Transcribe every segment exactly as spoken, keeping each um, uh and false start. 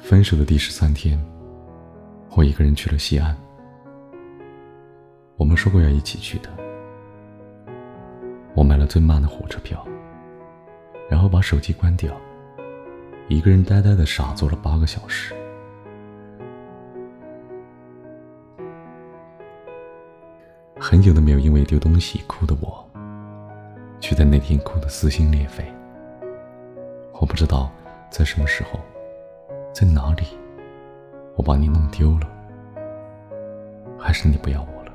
分手的第十三天，我一个人去了西安。我们说过要一起去的。我买了最慢的火车票，然后把手机关掉，一个人呆呆地傻坐了八个小时。很久都没有因为丢东西哭的我，却在那天哭得撕心裂肺。我不知道在什么时候，在哪里，我把你弄丢了，还是你不要我了。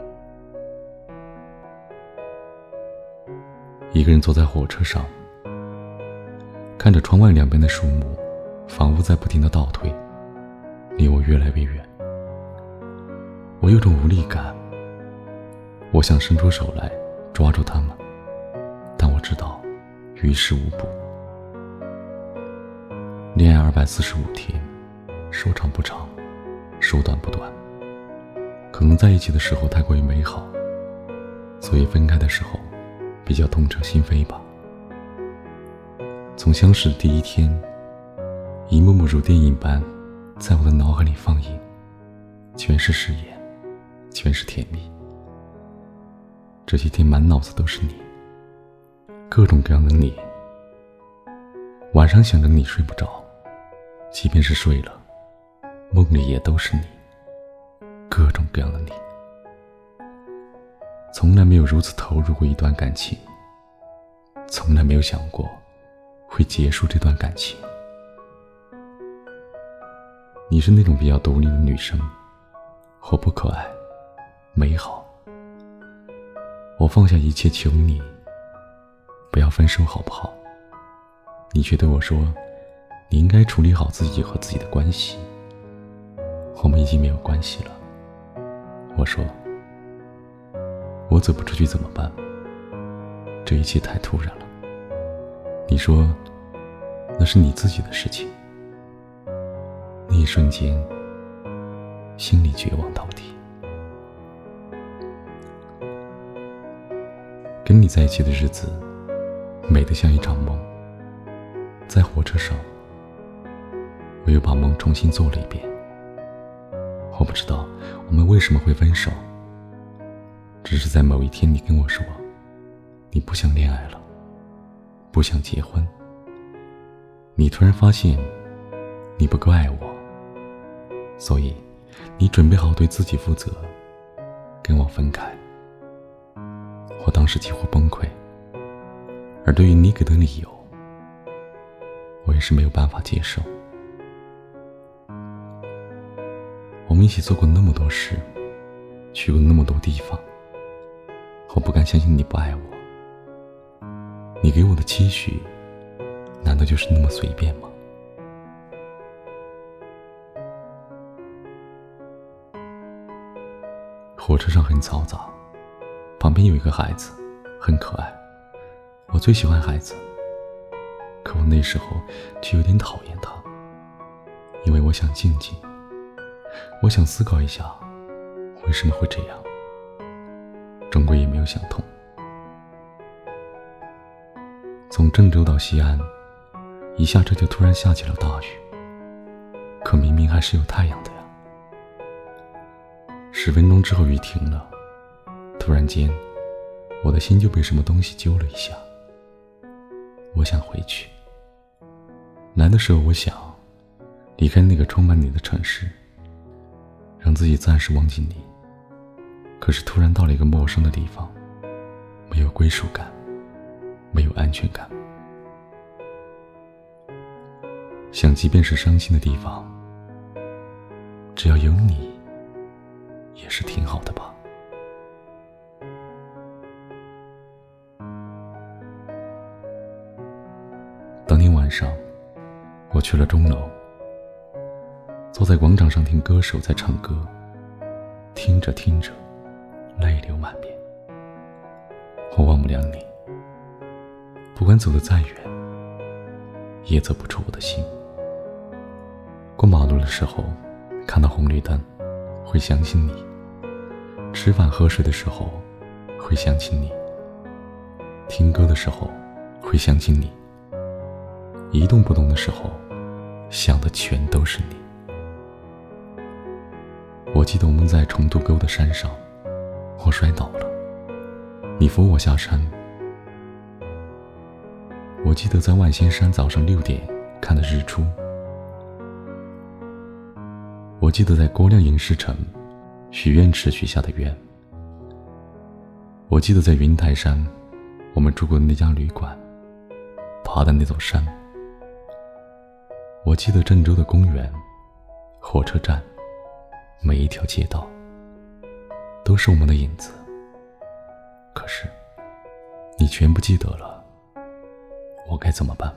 一个人坐在火车上，看着窗外两边的树木，仿佛在不停地倒退，离我越来越远。我有种无力感，我想伸出手来抓住它们，但我知道于事无补。恋爱二百四十五天，说长不长，说短不短。可能在一起的时候太过于美好，所以分开的时候比较痛彻心扉吧。从相识的第一天，一幕幕如电影般在我的脑海里放映，全是誓言，全是甜蜜。这些天满脑子都是你，各种各样的你。晚上想着你睡不着，即便是睡了，梦里也都是你，各种各样的你。从来没有如此投入过一段感情，从来没有想过会结束这段感情。你是那种比较独立的女生，活泼可爱，美好。我放下一切求你，不要分手好不好？你却对我说，你应该处理好自己和自己的关系。我们已经没有关系了。我说，我走不出去怎么办？这一切太突然了。你说，那是你自己的事情。那一瞬间，心里绝望到底。跟你在一起的日子，美得像一场梦。在火车上，我又把梦重新做了一遍。我不知道我们为什么会分手，只是在某一天你跟我说，你不想恋爱了，不想结婚。你突然发现你不够爱我，所以你准备好对自己负责，跟我分开。我当时几乎崩溃，而对于你给的理由，我也是没有办法接受。我们一起做过那么多事，去过那么多地方，我不敢相信你不爱我。你给我的期许，难道就是那么随便吗？火车上很嘈杂，旁边有一个孩子，很可爱。我最喜欢孩子，可我那时候却有点讨厌他，因为我想静静，我想思考一下为什么会这样，终归也没有想通。从郑州到西安，一下车就突然下起了大雨，可明明还是有太阳的呀。十分钟之后雨停了，突然间我的心就被什么东西揪了一下。我想回去。来的时候我想离开那个充满你的城市，让自己暂时忘记你。可是突然到了一个陌生的地方，没有归属感，没有安全感。想即便是伤心的地方，只要有你也是挺好的吧。当天晚上我去了钟楼，坐在广场上听歌手在唱歌，听着听着泪流满面。我忘不了你，不管走得再远，也走不出我的心。过马路的时候看到红绿灯，会想起你。吃饭喝水的时候会想起你。听歌的时候会想起你。一动不动的时候想的全都是你。 记得我们在重渡沟的山上，我摔倒了，你扶我下山。我记得在万仙山早上六点看的日出。我记得在郭亮影视城许愿池许下的愿。我记得在云台山我们住过的那家旅馆，爬的那座山。我记得郑州的公园、火车站，每一条街道都是我们的影子。可是你全不记得了，我该怎么办？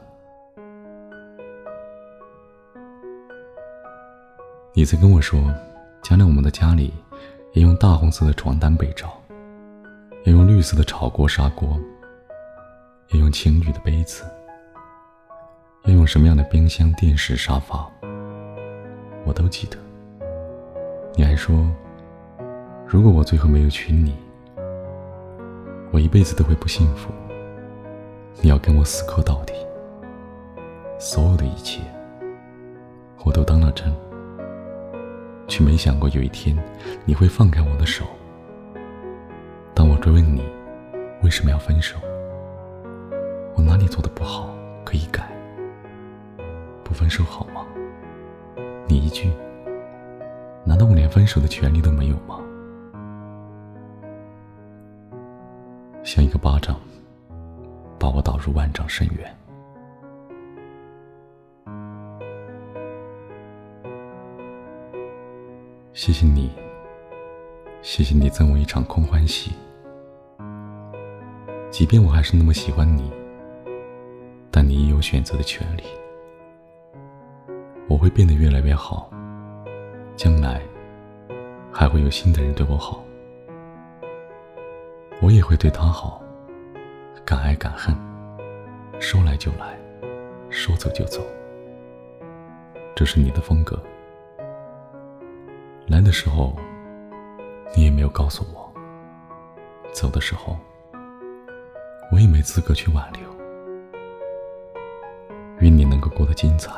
你曾跟我说，将来我们的家里要用大红色的床单被罩，要用绿色的炒锅砂锅，要用情侣的杯子，要用什么样的冰箱、电视、沙发，我都记得。你还说，如果我最后没有娶你，我一辈子都会不幸福，你要跟我死磕到底。所有的一切我都当了真，却没想过有一天你会放开我的手。当我追问你为什么要分手，我哪里做得不好可以改？不分手好吗？你一句，难道我连分手的权利都没有吗？像一个巴掌把我导入万丈深渊。谢谢你，谢谢你赠我一场空欢喜。即便我还是那么喜欢你，但你也有选择的权利。我会变得越来越好，将来还会有新的人对我好，我也会对他好，敢爱敢恨，说来就来，说走就走。这是你的风格。来的时候你也没有告诉我，走的时候我也没资格去挽留。愿你能够过得精彩。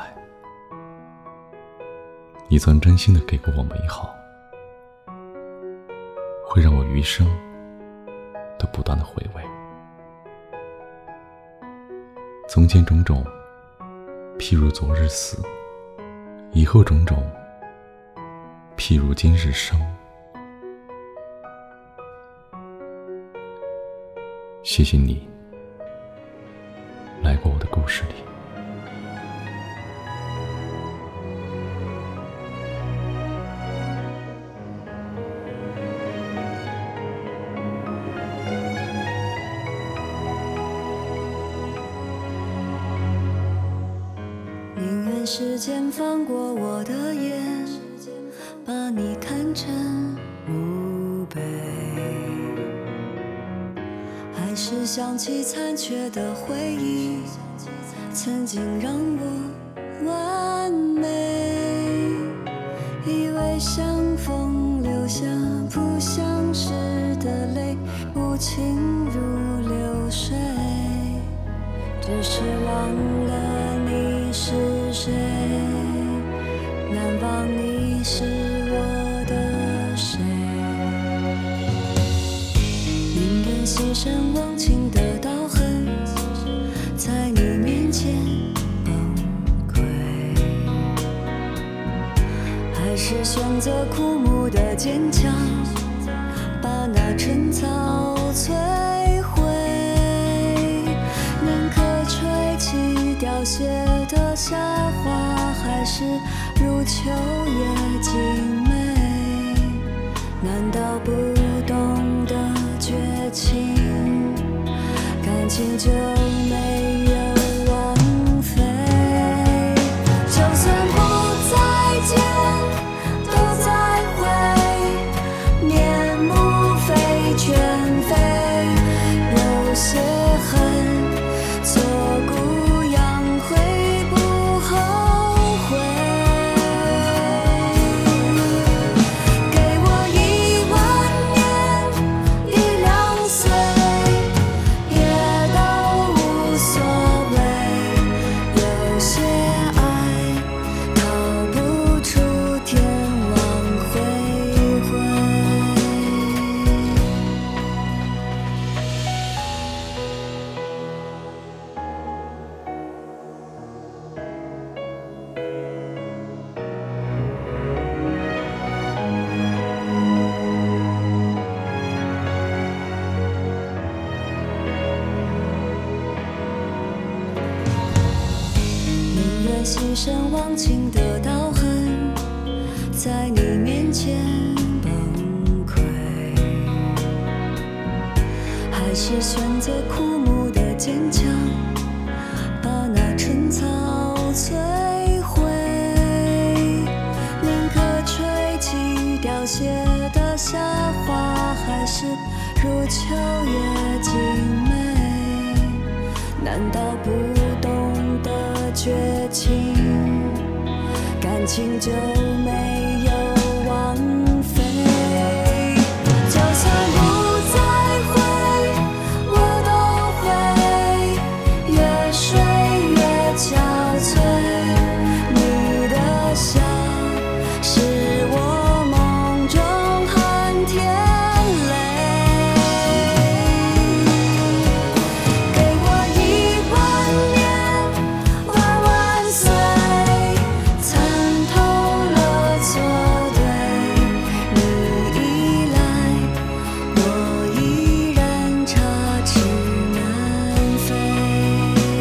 你曾真心地给过我美好，会让我余生都不断地回味。从前种种，譬如昨日死；以后种种，譬如今日生。谢谢你来过我的故事里。 宁愿时间放过我的眼，把你看成墓碑，还是想起残缺的回忆，曾经让我完美。以为相逢留下不相识的泪，无情如流水，只是忘了你是谁，难忘你是我的谁。宁愿牺牲忘情的刀痕，在你面前崩溃，还是选择枯木的坚强，把那春草摧毁。能可吹起凋谢的夏花，还是如秋叶静美？难道不懂得绝情，感情就没有枉费？就算不再见，都再会，面目非全非，有些恨做孤羊会不后悔？给我一万年，一两岁，也都无牺牲忘情的刀痕，在你面前崩溃，还是选择枯木的坚强，把那春草摧毁，宁可吹起凋谢的夏花，还是如秋叶静美，难道不懂得绝情，感情就没有枉费？就算不再会，我都会越睡越憔悴。你的笑是我梦中寒天泪，给我一万年万万岁，参透了错对，你已来，我依然插翅难飞。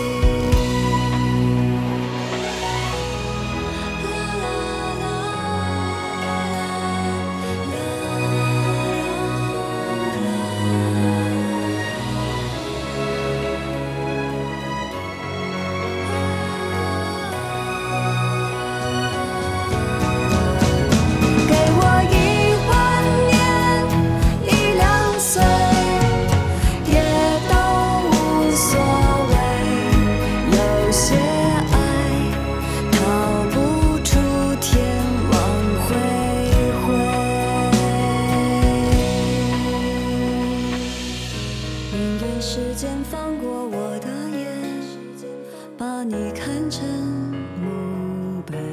给我一万年一两岁，也都无所谓。有些爱逃不出天网恢恢，宁愿时间放过我的眼，把你看成墓碑，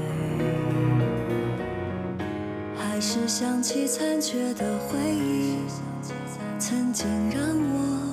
还是想起残缺的回忆，曾经让我